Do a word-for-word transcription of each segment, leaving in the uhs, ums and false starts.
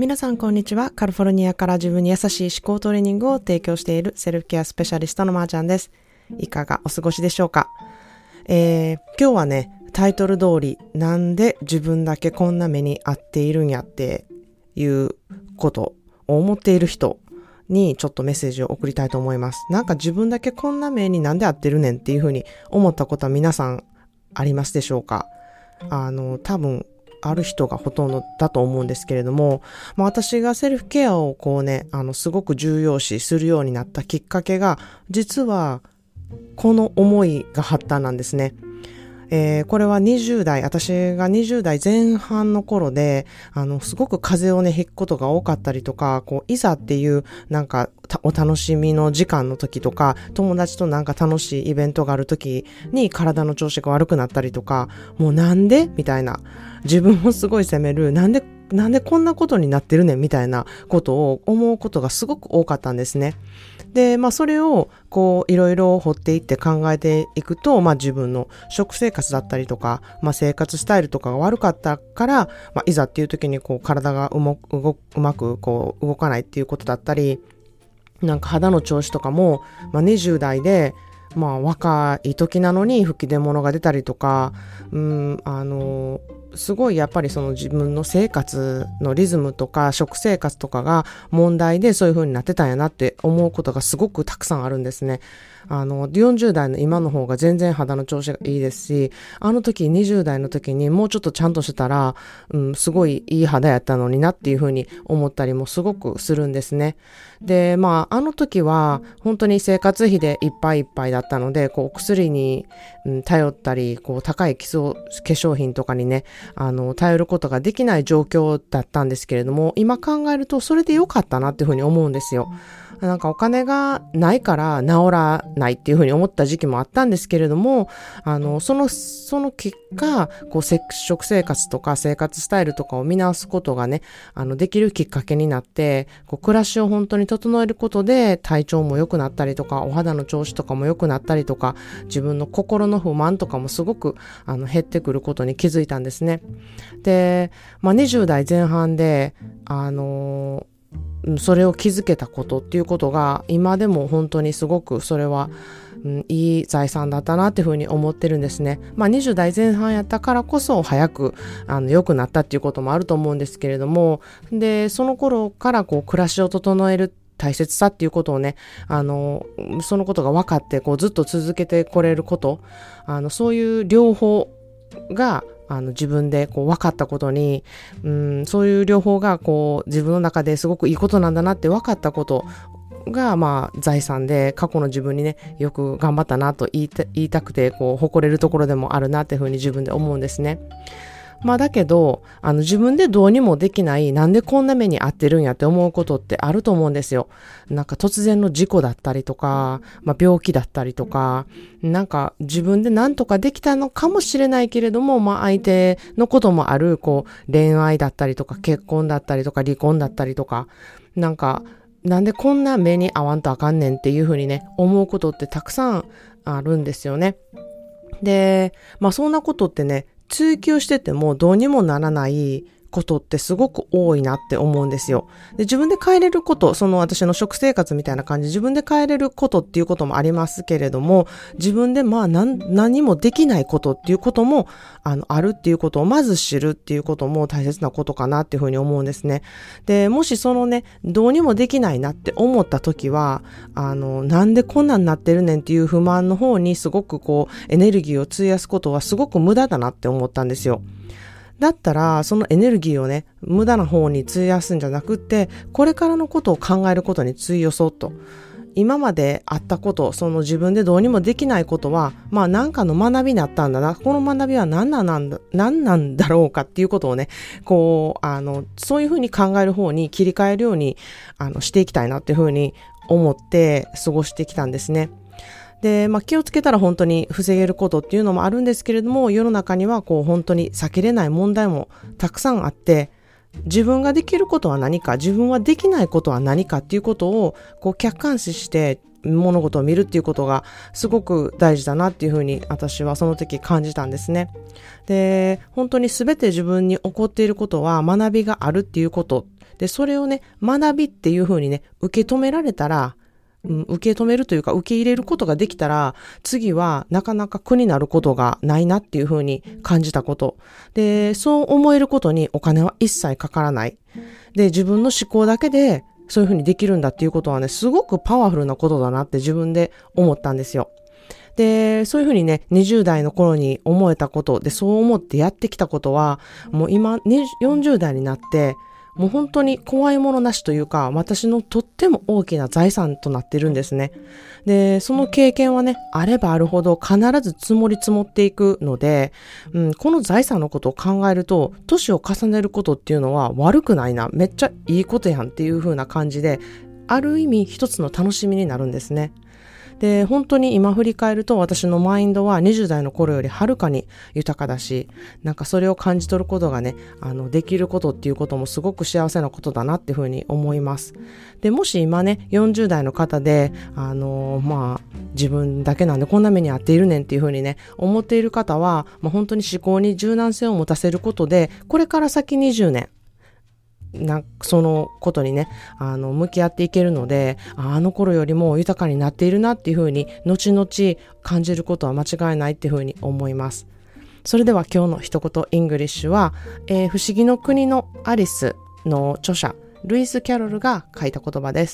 皆さんこんにちは。カリフォルニアから自分に優しい思考トレーニングを提供しているセルフケアスペシャリストのまーちゃんです。いかがお過ごしでしょうか。えー、今日はね、タイトル通り、なんで自分だけこんな目に遭っているんやっていうことを思っている人にちょっとメッセージを送りたいと思います。なんか自分だけこんな目になんで遭ってるねんっていうふうに思ったことは皆さんありますでしょうか。あの、多分、ある人がほとんどだと思うんですけれども、まあ、私がセルフケアをこうね、あの、すごく重要視するようになったきっかけが、実は、この思いが発端なんですね。えー、これはにじゅう代、私がにじゅう代前半の頃で、あの、すごく風邪をね、ひくことが多かったりとか、こう、いざっていう、なんか、お楽しみの時間の時とか、友達となんか楽しいイベントがある時に体の調子が悪くなったりとか、もうなんでみたいな、自分をすごい責める、なんで、なんでこんなことになってるねんみたいなことを思うことがすごく多かったんですね。で、まあそれをこういろいろ掘っていって考えていくと、まあ自分の食生活だったりとか、まあ生活スタイルとかが悪かったから、まあいざっていう時にこう体がうまく動、うまくこう動かないっていうことだったり、なんか肌の調子とかも、まあにじゅう代で、まあ若い時なのに吹き出物が出たりとか、うん、あの、すごいやっぱりその自分の生活のリズムとか食生活とかが問題でそういう風になってたんやなって思うことがすごくたくさんあるんですね。あの、よんじゅう代の今の方が全然肌の調子がいいですし、あの時にじゅう代の時にもうちょっとちゃんとしてたら、うん、すごいいい肌やったのになっていう風に思ったりもすごくするんですね。で、まあ、あの時は本当に生活費でいっぱいいっぱいだったので、こう薬に、うん、頼ったり、こう高い基礎化粧品とかにね、あの、頼ることができない状況だったんですけれども、今考えるとそれで良かったなっていうふうに思うんですよ。なんかお金がないから治らないっていうふうに思った時期もあったんですけれども、あの、その、その結果、こう、食生活とか生活スタイルとかを見直すことがね、あの、できるきっかけになって、こう、暮らしを本当に整えることで体調も良くなったりとか、お肌の調子とかも良くなったりとか、自分の心の不満とかもすごく、あの、減ってくることに気づいたんですね。で、まあ、にじゅう代前半で、あの、それを気づけたことっていうことが今でも本当にすごくそれは、うん、いい財産だったなっていうふうに思ってるんですね。まあにじゅう代前半やったからこそ早くあの良くなったっていうこともあると思うんですけれども、でその頃からこう暮らしを整える大切さっていうことをね、あのそのことが分かってこうずっと続けてこれること、あのそういう両方があの自分でこう分かったことに、うん、そういう両方がこう自分の中ですごくいいことなんだなって分かったことがまあ財産で、過去の自分にねよく頑張ったなと言いた、言いたくてこう誇れるところでもあるなっていうふうに自分で思うんですね。まあだけど、あの自分でどうにもできない、なんでこんな目に遭ってるんやって思うことってあると思うんですよ。なんか突然の事故だったりとか、まあ病気だったりとか、なんか自分で何とかできたのかもしれないけれども、まあ相手のこともある、こう恋愛だったりとか結婚だったりとか離婚だったりとか、なんかなんでこんな目に遭わんとあかんねんっていうふうにね、思うことってたくさんあるんですよね。で、まあそんなことってね、追求しててもどうにもならないことってすごく多いなって思うんですよ。で、自分で変えれること、その私の食生活みたいな感じで自分で変えれることっていうこともありますけれども、自分でまあ何、何もできないことっていうこともあの、あるっていうことをまず知るっていうことも大切なことかなっていうふうに思うんですね。で、もしそのね、どうにもできないなって思った時は、あの、なんでこんなんなってるねんっていう不満の方にすごくこうエネルギーを費やすことはすごく無駄だなって思ったんですよ。だったら、そのエネルギーをね、無駄な方に費やすんじゃなくって、これからのことを考えることに費やそうと。今まであったこと、その自分でどうにもできないことは、まあ何かの学びになったんだな。この学びは何なんだ、何なんだろうかっていうことをね、こう、あの、そういうふうに考える方に切り替えるように、あの、していきたいなっていうふうに思って過ごしてきたんですね。で、まあ、気をつけたら本当に防げることっていうのもあるんですけれども、世の中にはこう本当に避けれない問題もたくさんあって、自分ができることは何か、自分はできないことは何かっていうことをこう客観視して物事を見るっていうことがすごく大事だなっていうふうに私はその時感じたんですね。で、本当に全て自分に起こっていることは学びがあるっていうことで、それをね、学びっていう風にね、受け止められたら、うん、受け止めるというか受け入れることができたら、次はなかなか苦になることがないなっていう風に感じたこと。で、そう思えることにお金は一切かからない。で、自分の思考だけでそういう風にできるんだっていうことはね、すごくパワフルなことだなって自分で思ったんですよ。で、そういうふうにね、にじゅう代の頃に思えたこと、で、そう思ってやってきたことは、もう今、よんじゅう代になって、もう本当に怖いものなしというか、私のとっても大きな財産となってるんですね。で、その経験はね、あればあるほど必ず積もり積もっていくので、うん、この財産のことを考えると、年を重ねることっていうのは悪くないな、めっちゃいいことやんっていう風な感じで、ある意味一つの楽しみになるんですね。で、本当に今振り返ると私のマインドはにじゅう代の頃よりはるかに豊かだし、なんかそれを感じ取ることがね、あの、できることっていうこともすごく幸せなことだなっていうふうに思います。で、もし今ね、よんじゅう代の方で、あの、まあ、自分だけなんでこんな目に遭っているねんっていうふうにね、思っている方は、まあ、本当に思考に柔軟性を持たせることで、これから先にじゅうねん、なそのことにね、あの、向き合っていけるので、あの頃よりも豊かになっているなっていうふうに、後々感じることは間違いないっていうふうに思います。それでは今日の一言イングリッシュは、えー、不思議の国のアリスの著者、ルイス・キャロルが書いた言葉です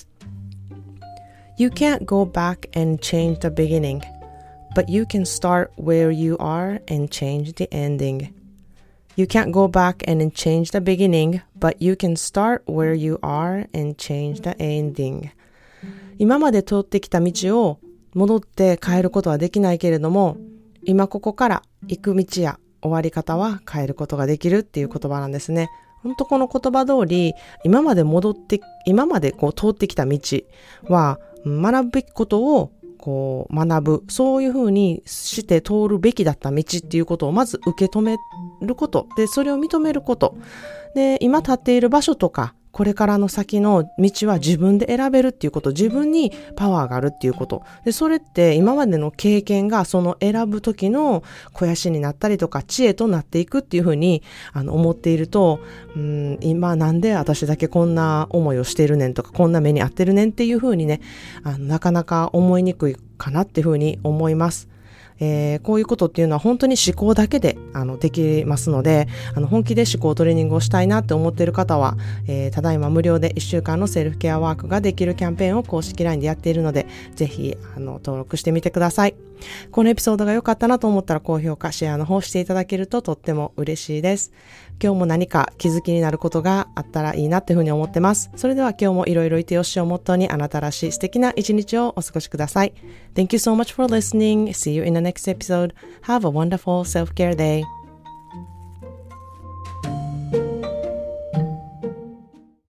。You can't go back and change the beginning, but you can start where you are and change the ending.You can't go back and change the beginning, but you can start where you are and change the ending. 今まで通ってきた道を戻って変えることはできないけれども、今ここから行く道や終わり方は変えることができるっていう言葉なんですね。本当この言葉通り、今まで戻って、今までこう通ってきた道は学ぶべきことをこう学ぶ、そういうふうにして通るべきだった道っていうことをまず受け止めること。で、それを認めること。で、今立っている場所とか、これからの先の道は自分で選べるっていうこと、自分にパワーがあるっていうこと。で、それって今までの経験がその選ぶ時の肥やしになったりとか知恵となっていくっていうふうにあの思っていると、うん、今なんで私だけこんな思いをしているねんとか、こんな目に遭ってるねんっていうふうにね、あのなかなか思いにくいかなっていうふうに思います。えー、こういうことっていうのは本当に思考だけであのできますので、あの本気で思考トレーニングをしたいなって思っている方は、えー、ただいま無料でいっしゅうかんのセルフケアワークができるキャンペーンを公式 ライン でやっているので、ぜひあの登録してみてください。このエピソードが良かったなと思ったら高評価、シェアの方していただけるととっても嬉しいです。今日も何か気づきになることがあったらいいなっていうふうに思ってます。それでは今日もいろいろいてよしをモットーにあなたらしい素敵な一日をお過ごしください。Thank you so much for listening. See you in the next episode. Have a wonderful self-care day.